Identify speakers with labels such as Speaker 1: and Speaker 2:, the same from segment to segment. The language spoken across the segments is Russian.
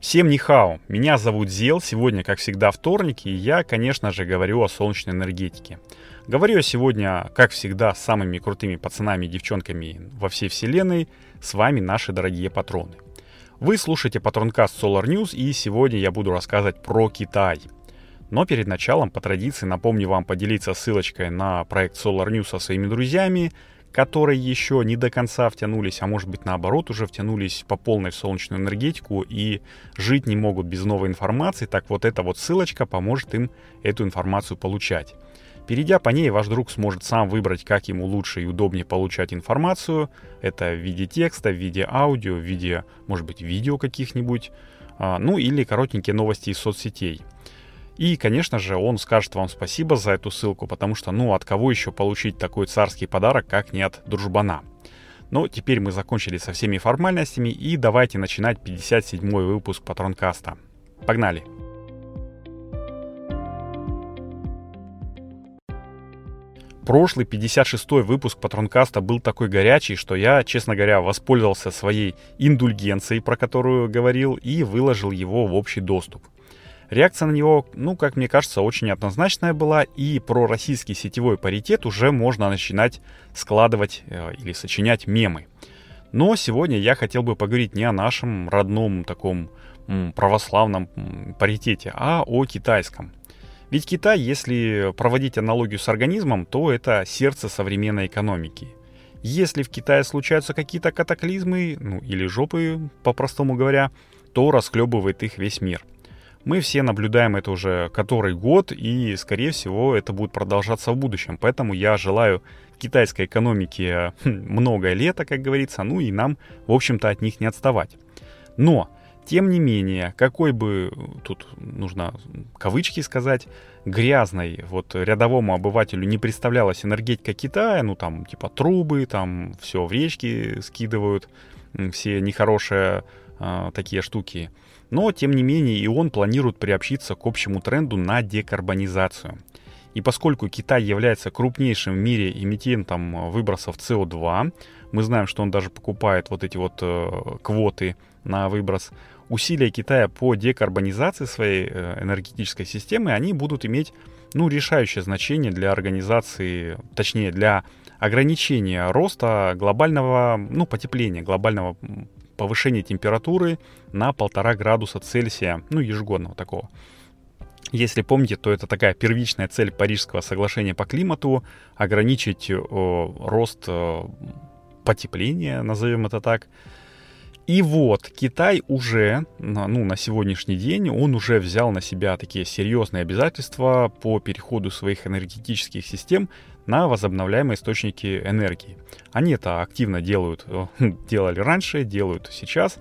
Speaker 1: Всем нихао, меня зовут Зел, сегодня, как всегда, вторник, и я, конечно же, говорю о солнечной энергетике. Говорю я сегодня, как всегда, с самыми крутыми пацанами и девчонками во всей вселенной, с вами наши дорогие патроны. Вы слушаете Патронкаст Solar News, и сегодня я буду рассказывать про Китай. Но перед началом, по традиции, напомню вам поделиться ссылочкой на проект Solar News со своими друзьями, которые еще не до конца втянулись, а может быть наоборот уже втянулись по полной в солнечную энергетику и жить не могут без новой информации. Так вот эта вот ссылочка поможет им эту информацию получать. Перейдя по ней, ваш друг сможет сам выбрать, как ему лучше и удобнее получать информацию. Это в виде текста, в виде аудио, в виде, может быть, видео каких-нибудь, ну или коротенькие новости из соцсетей. И, конечно же, он скажет вам спасибо за эту ссылку, потому что, от кого еще получить такой царский подарок, как не от дружбана. Но теперь мы закончили со всеми формальностями, и давайте начинать 57-й выпуск Патронкаста. Погнали! Прошлый 56-й выпуск Патронкаста был такой горячий, что я, честно говоря, воспользовался своей индульгенцией, про которую говорил, и выложил его в общий доступ. Реакция на него, как мне кажется, очень однозначная была, и про российский сетевой паритет уже можно начинать складывать или сочинять мемы. Но сегодня я хотел бы поговорить не о нашем родном таком православном паритете, а о китайском. Ведь Китай, если проводить аналогию с организмом, то это сердце современной экономики. Если в Китае случаются какие-то катаклизмы, или жопы, по-простому говоря, то расхлебывает их весь мир. Мы все наблюдаем это уже который год, и, скорее всего, это будет продолжаться в будущем. Поэтому я желаю китайской экономике много лета, как говорится, и нам, в общем-то, от них не отставать. Но, тем не менее, какой бы, тут нужно кавычки сказать, грязной рядовому обывателю не представлялась энергетика Китая, типа трубы, все в речки скидывают, все нехорошие такие штуки. Но, тем не менее, и он планирует приобщиться к общему тренду на декарбонизацию. И поскольку Китай является крупнейшим в мире эмитентом выбросов СО2, мы знаем, что он даже покупает эти квоты на выброс, усилия Китая по декарбонизации своей энергетической системы, они будут иметь, решающее значение для организации, точнее, для ограничения роста глобального, потепления, глобального повышение температуры на 1,5 градуса Цельсия, ежегодного такого. Если помните, то это такая первичная цель Парижского соглашения по климату — ограничить рост потепления, назовем это так. И Китай уже, на сегодняшний день, он уже взял на себя такие серьезные обязательства по переходу своих энергетических систем на возобновляемые источники энергии. Они это активно делали раньше, делают сейчас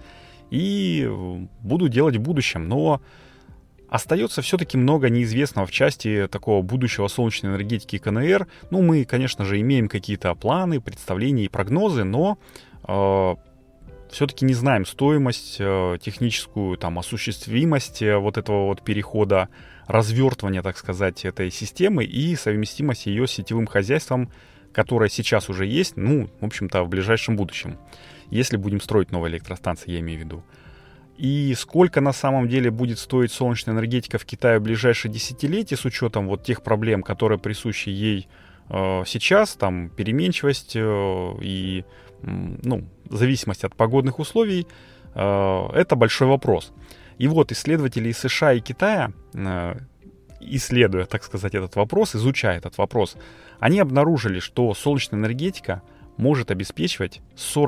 Speaker 1: и будут делать в будущем. Но остается все-таки много неизвестного в части такого будущего солнечной энергетики КНР. Мы, конечно же, имеем какие-то планы, представления и прогнозы, но все-таки не знаем стоимость, техническую осуществимость этого перехода, развертывания, так сказать, этой системы и совместимость ее с сетевым хозяйством, которое сейчас уже есть, в общем-то, в ближайшем будущем. Если будем строить новые электростанции, я имею в виду. И сколько на самом деле будет стоить солнечная энергетика в Китае в ближайшие десятилетия с учетом тех проблем, которые присущи ей сейчас, переменчивость и зависимость от погодных условий, это большой вопрос. И исследователи из США и Китая, исследуя, так сказать, этот вопрос, изучая этот вопрос, они обнаружили, что солнечная энергетика может обеспечивать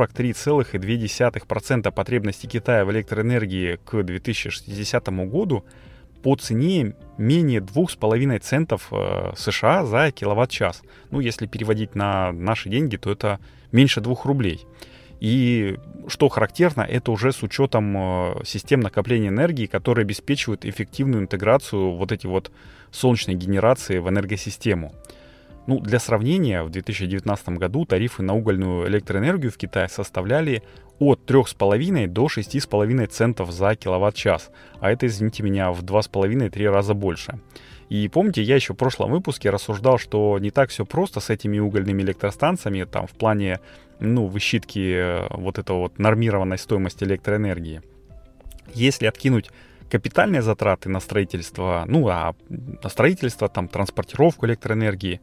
Speaker 1: 43,2% потребностей Китая в электроэнергии к 2060 году по цене менее 2,5 центов США за киловатт-час. Если переводить на наши деньги, то это меньше 2 рублей. И что характерно, это уже с учетом систем накопления энергии, которые обеспечивают эффективную интеграцию солнечной генерации в энергосистему. Для сравнения, в 2019 году тарифы на угольную электроэнергию в Китае составляли от 3,5 до 6,5 центов за киловатт-час. А это, извините меня, в 2,5-3 раза больше. И помните, я еще в прошлом выпуске рассуждал, что не так все просто с этими угольными электростанциями, в плане, высчитки нормированной стоимости электроэнергии. Если откинуть капитальные затраты на строительство, на строительство, там, транспортировку электроэнергии,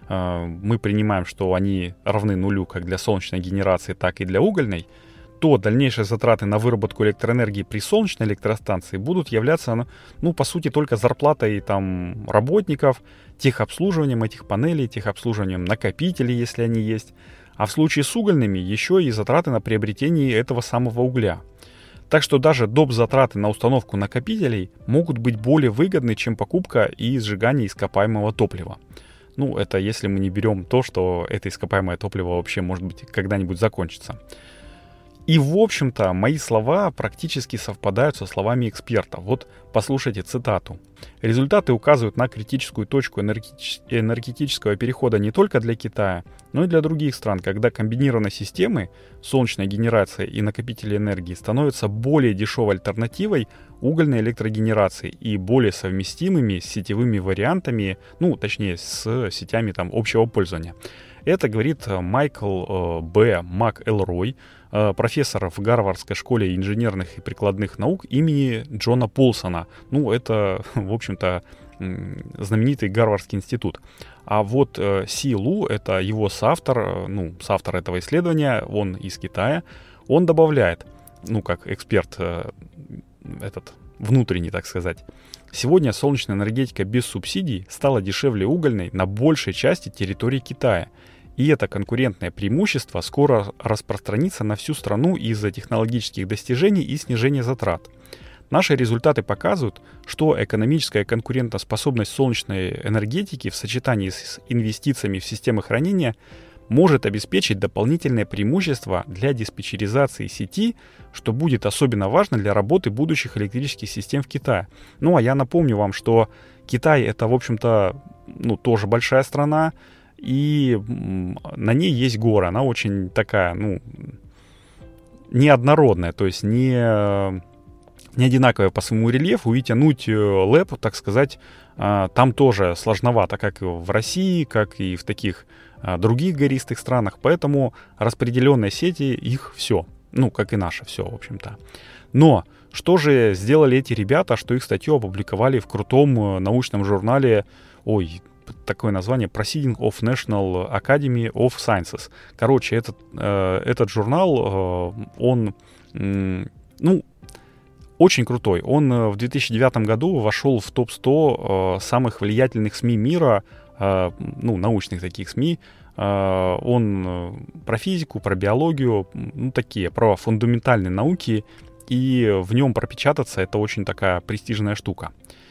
Speaker 1: мы принимаем, что они равны нулю как для солнечной генерации, так и для угольной, то дальнейшие затраты на выработку электроэнергии при солнечной электростанции будут являться, по сути, только зарплатой там работников, техобслуживанием этих панелей, техобслуживанием накопителей, если они есть. А в случае с угольными еще и затраты на приобретение этого самого угля. Так что даже доп. Затраты на установку накопителей могут быть более выгодны, чем покупка и сжигание ископаемого топлива. Это если мы не берем то, что это ископаемое топливо вообще, может быть, когда-нибудь закончится. И, в общем-то, мои слова практически совпадают со словами эксперта. Вот послушайте цитату. Результаты указывают на критическую точку энергетического перехода не только для Китая, но и для других стран, когда комбинированные системы, солнечная генерация и накопители энергии становятся более дешевой альтернативой угольной электрогенерации и более совместимыми с сетевыми вариантами, точнее, с сетями общего пользования. Это говорит Майкл Б. МакЭлрой, профессор в Гарвардской школе инженерных и прикладных наук имени Джона Полсона. Это, в общем-то, знаменитый Гарвардский институт. А вот Си Лу, это его соавтор, соавтор этого исследования, он из Китая, он добавляет, как эксперт этот внутренний, так сказать, сегодня солнечная энергетика без субсидий стала дешевле угольной на большей части территории Китая. И это конкурентное преимущество скоро распространится на всю страну из-за технологических достижений и снижения затрат. Наши результаты показывают, что экономическая конкурентоспособность солнечной энергетики в сочетании с инвестициями в системы хранения может обеспечить дополнительное преимущество для диспетчеризации сети, что будет особенно важно для работы будущих электрических систем в Китае. А я напомню вам, что Китай это, в общем-то, тоже большая страна, и на ней есть горы. Она очень такая, неоднородная, то есть не одинаковая по своему рельефу, и тянуть ЛЭП, так сказать, там тоже сложновато, как и в России, как и в таких других гористых странах, поэтому распределенные сети, их все, как и наше все, в общем-то. Но что же сделали эти ребята, что их статью опубликовали в крутом научном журнале, такое название Proceedings of National Academy of Sciences. Короче, этот журнал, он, очень крутой. Он в 2009 году вошел в топ-100 самых влиятельных СМИ мира, научных таких СМИ. Он про физику, про биологию, про фундаментальные науки, и в нем пропечататься — это очень такая престижная штука.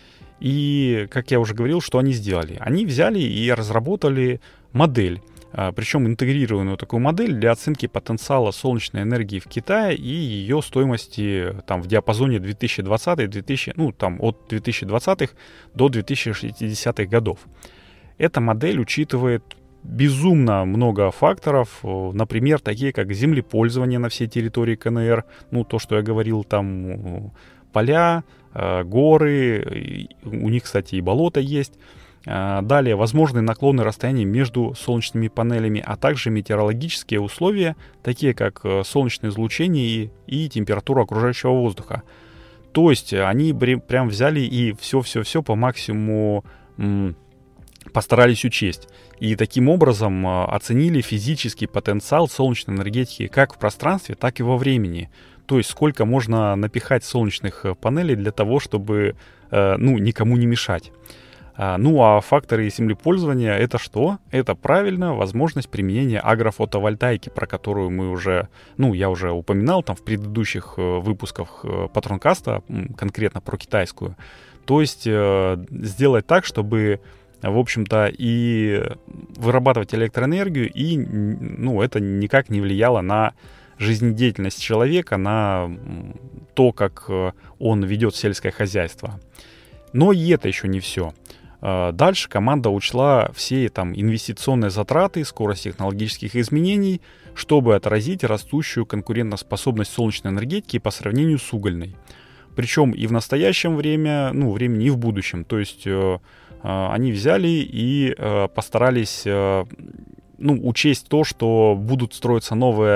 Speaker 1: И, как я уже говорил, что они сделали? Они взяли и разработали модель, причем интегрированную такую модель для оценки потенциала солнечной энергии в Китае и ее стоимости в диапазоне 2020-2000, от 2020-х до 2060-х годов. Эта модель учитывает безумно много факторов, например, такие как землепользование на всей территории КНР, то, что я говорил, поля, горы, у них, кстати, и болото есть. Далее, возможные наклоны расстояний между солнечными панелями, а также метеорологические условия, такие как солнечное излучение и температура окружающего воздуха. То есть они прям взяли и все по максимуму постарались учесть. И таким образом оценили физический потенциал солнечной энергетики как в пространстве, так и во времени. То есть сколько можно напихать солнечных панелей для того, чтобы никому не мешать. А факторы землепользования — это что? Это правильно возможность применения агрофотовольтайки, про которую мы уже, я уже упоминал в предыдущих выпусках Патронкаста, конкретно про китайскую. То есть сделать так, чтобы, в общем-то, и вырабатывать электроэнергию, и это никак не влияло на жизнедеятельность человека, на то, как он ведет сельское хозяйство. Но и это еще не все. Дальше команда учла все инвестиционные затраты, скорость технологических изменений, чтобы отразить растущую конкурентоспособность солнечной энергетики по сравнению с угольной. Причем и в настоящем времени, и в будущем. То есть они взяли и постарались учесть то, что будут строиться новые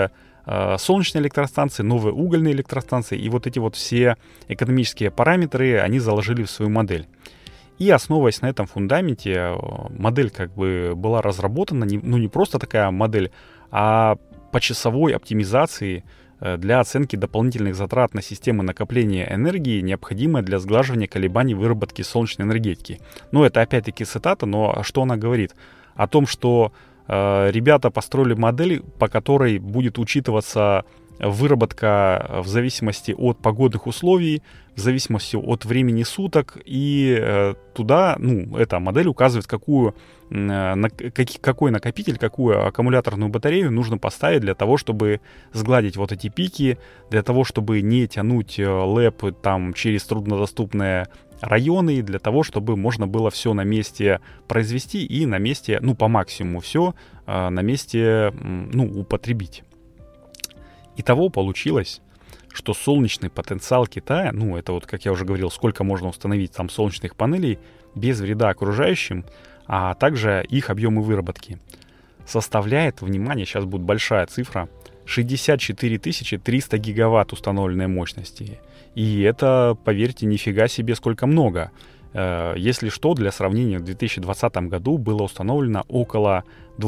Speaker 1: солнечные электростанции, новые угольные электростанции, и вот эти вот все экономические параметры они заложили в свою модель. И основываясь на этом фундаменте, модель как бы была разработана, не просто такая модель, а почасовой оптимизации для оценки дополнительных затрат на системы накопления энергии, необходимой для сглаживания колебаний выработки солнечной энергетики. Ну, это опять-таки цитата, но что она говорит? О том, что ребята построили модель, по которой будет учитываться выработка в зависимости от погодных условий, в зависимости от времени суток, и туда, эта модель указывает, какой накопитель, какую аккумуляторную батарею нужно поставить для того, чтобы сгладить вот эти пики, для того, чтобы не тянуть ЛЭП там через труднодоступные районы, для того, чтобы можно было все на месте произвести и на месте, по максимуму все на месте, употребить. Итого получилось, что солнечный потенциал Китая, это вот, как я уже говорил, сколько можно установить там солнечных панелей без вреда окружающим, а также их объемы выработки, составляет, внимание, сейчас будет большая цифра, 64 300 гигаватт установленной мощности. И это, поверьте, нифига себе сколько много. Если что, для сравнения, в 2020 году было установлено около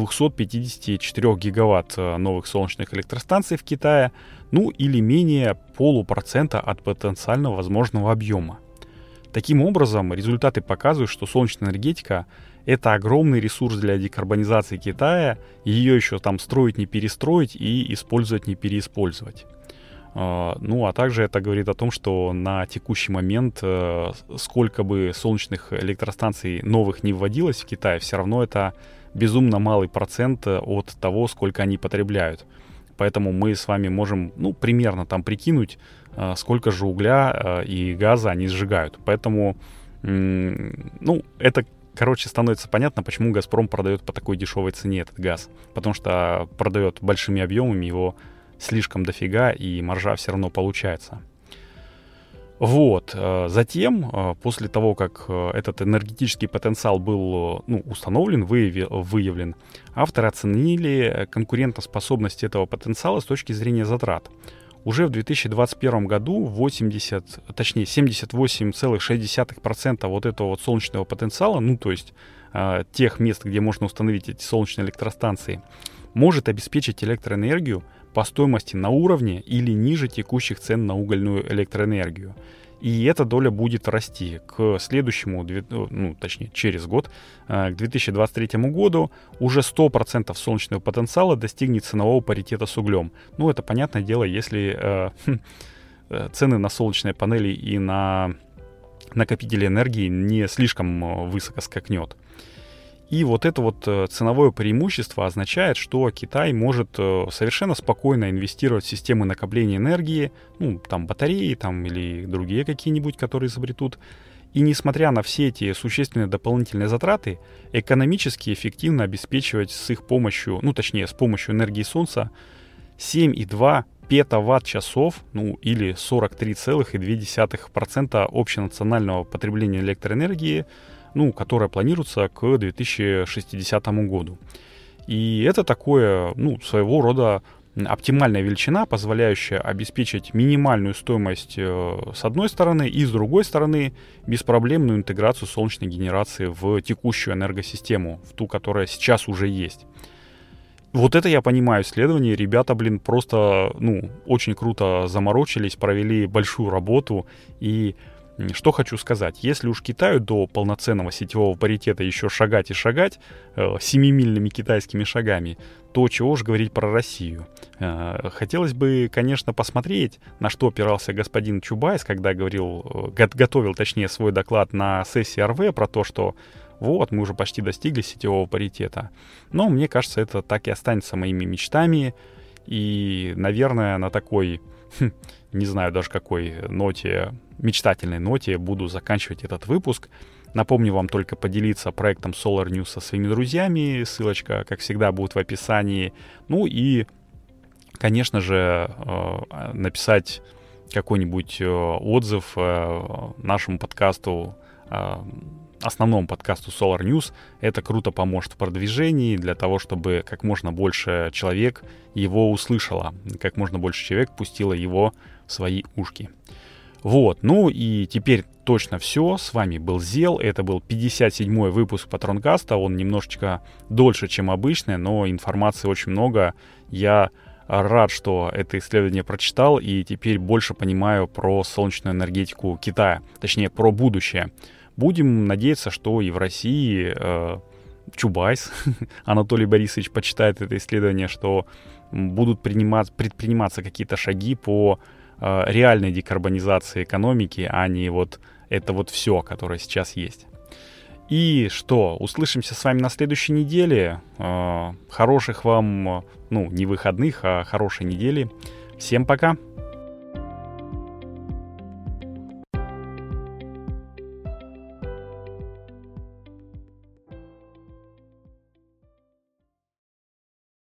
Speaker 1: 254 гигаватт новых солнечных электростанций в Китае, или менее 0,5% от потенциально возможного объема. Таким образом, результаты показывают, что солнечная энергетика — это огромный ресурс для декарбонизации Китая, ее еще там строить, не перестроить и использовать, не переиспользовать. А также это говорит о том, что на текущий момент, сколько бы солнечных электростанций новых не вводилось в Китае, все равно это безумно малый процент от того, сколько они потребляют. Поэтому мы с вами можем, примерно там прикинуть, сколько же угля и газа они сжигают. Поэтому, это, становится понятно, почему «Газпром» продает по такой дешевой цене этот газ. Потому что продает большими объемами, его слишком дофига, и маржа все равно получается. Затем, после того, как этот энергетический потенциал был установлен, выявлен, авторы оценили конкурентоспособность этого потенциала с точки зрения затрат. Уже в 2021 году 78,6% вот этого вот солнечного потенциала, то есть тех мест, где можно установить эти солнечные электростанции, может обеспечить электроэнергию по стоимости на уровне или ниже текущих цен на угольную электроэнергию. И эта доля будет расти к следующему, через год, к 2023 году уже 100% солнечного потенциала достигнет ценового паритета с углем. Это понятное дело, если цены на солнечные панели и на накопители энергии не слишком высоко скакнет. И вот это вот ценовое преимущество означает, что Китай может совершенно спокойно инвестировать в системы накопления энергии, батареи или другие какие-нибудь, которые изобретут. И несмотря на все эти существенные дополнительные затраты, экономически эффективно обеспечивать с их помощью, с помощью энергии Солнца 7,2 петаватт-часов, или 43,2% общенационального потребления электроэнергии, которая планируется к 2060 году. И это такое, своего рода оптимальная величина, позволяющая обеспечить минимальную стоимость с одной стороны и с другой стороны беспроблемную интеграцию солнечной генерации в текущую энергосистему, в ту, которая сейчас уже есть. Вот это я понимаю исследование. Ребята, просто, очень круто заморочились, провели большую работу. И что хочу сказать, если уж Китаю до полноценного сетевого паритета еще шагать и шагать 7-мильными китайскими шагами, то чего уж говорить про Россию. Хотелось бы, конечно, посмотреть, на что опирался господин Чубайс, когда готовил, свой доклад на сессии РВ про то, что мы уже почти достигли сетевого паритета. Но мне кажется, это так и останется моими мечтами. И, наверное, на такой, не знаю даже какой мечтательной ноте буду заканчивать этот выпуск. Напомню вам только поделиться проектом Solar News со своими друзьями. Ссылочка, как всегда, будет в описании. И, конечно же, написать какой-нибудь отзыв нашему подкасту основному подкасту Solar News. Это круто поможет в продвижении для того, чтобы как можно больше человек его услышало, как можно больше человек пустило его в свои ушки. Вот, ну и теперь точно все. С вами был Зел. Это был 57-й выпуск Патронкаста. Он немножечко дольше, чем обычный, но информации очень много. Я рад, что это исследование прочитал и теперь больше понимаю про солнечную энергетику Китая. Точнее, про будущее. Будем надеяться, что и в России Чубайс Анатолий Борисович почитает это исследование, что будут предприниматься какие-то шаги по реальной декарбонизации экономики, а не вот это вот все, которое сейчас есть. И что, услышимся с вами на следующей неделе. Хороших вам, не выходных, а хорошей недели. Всем пока!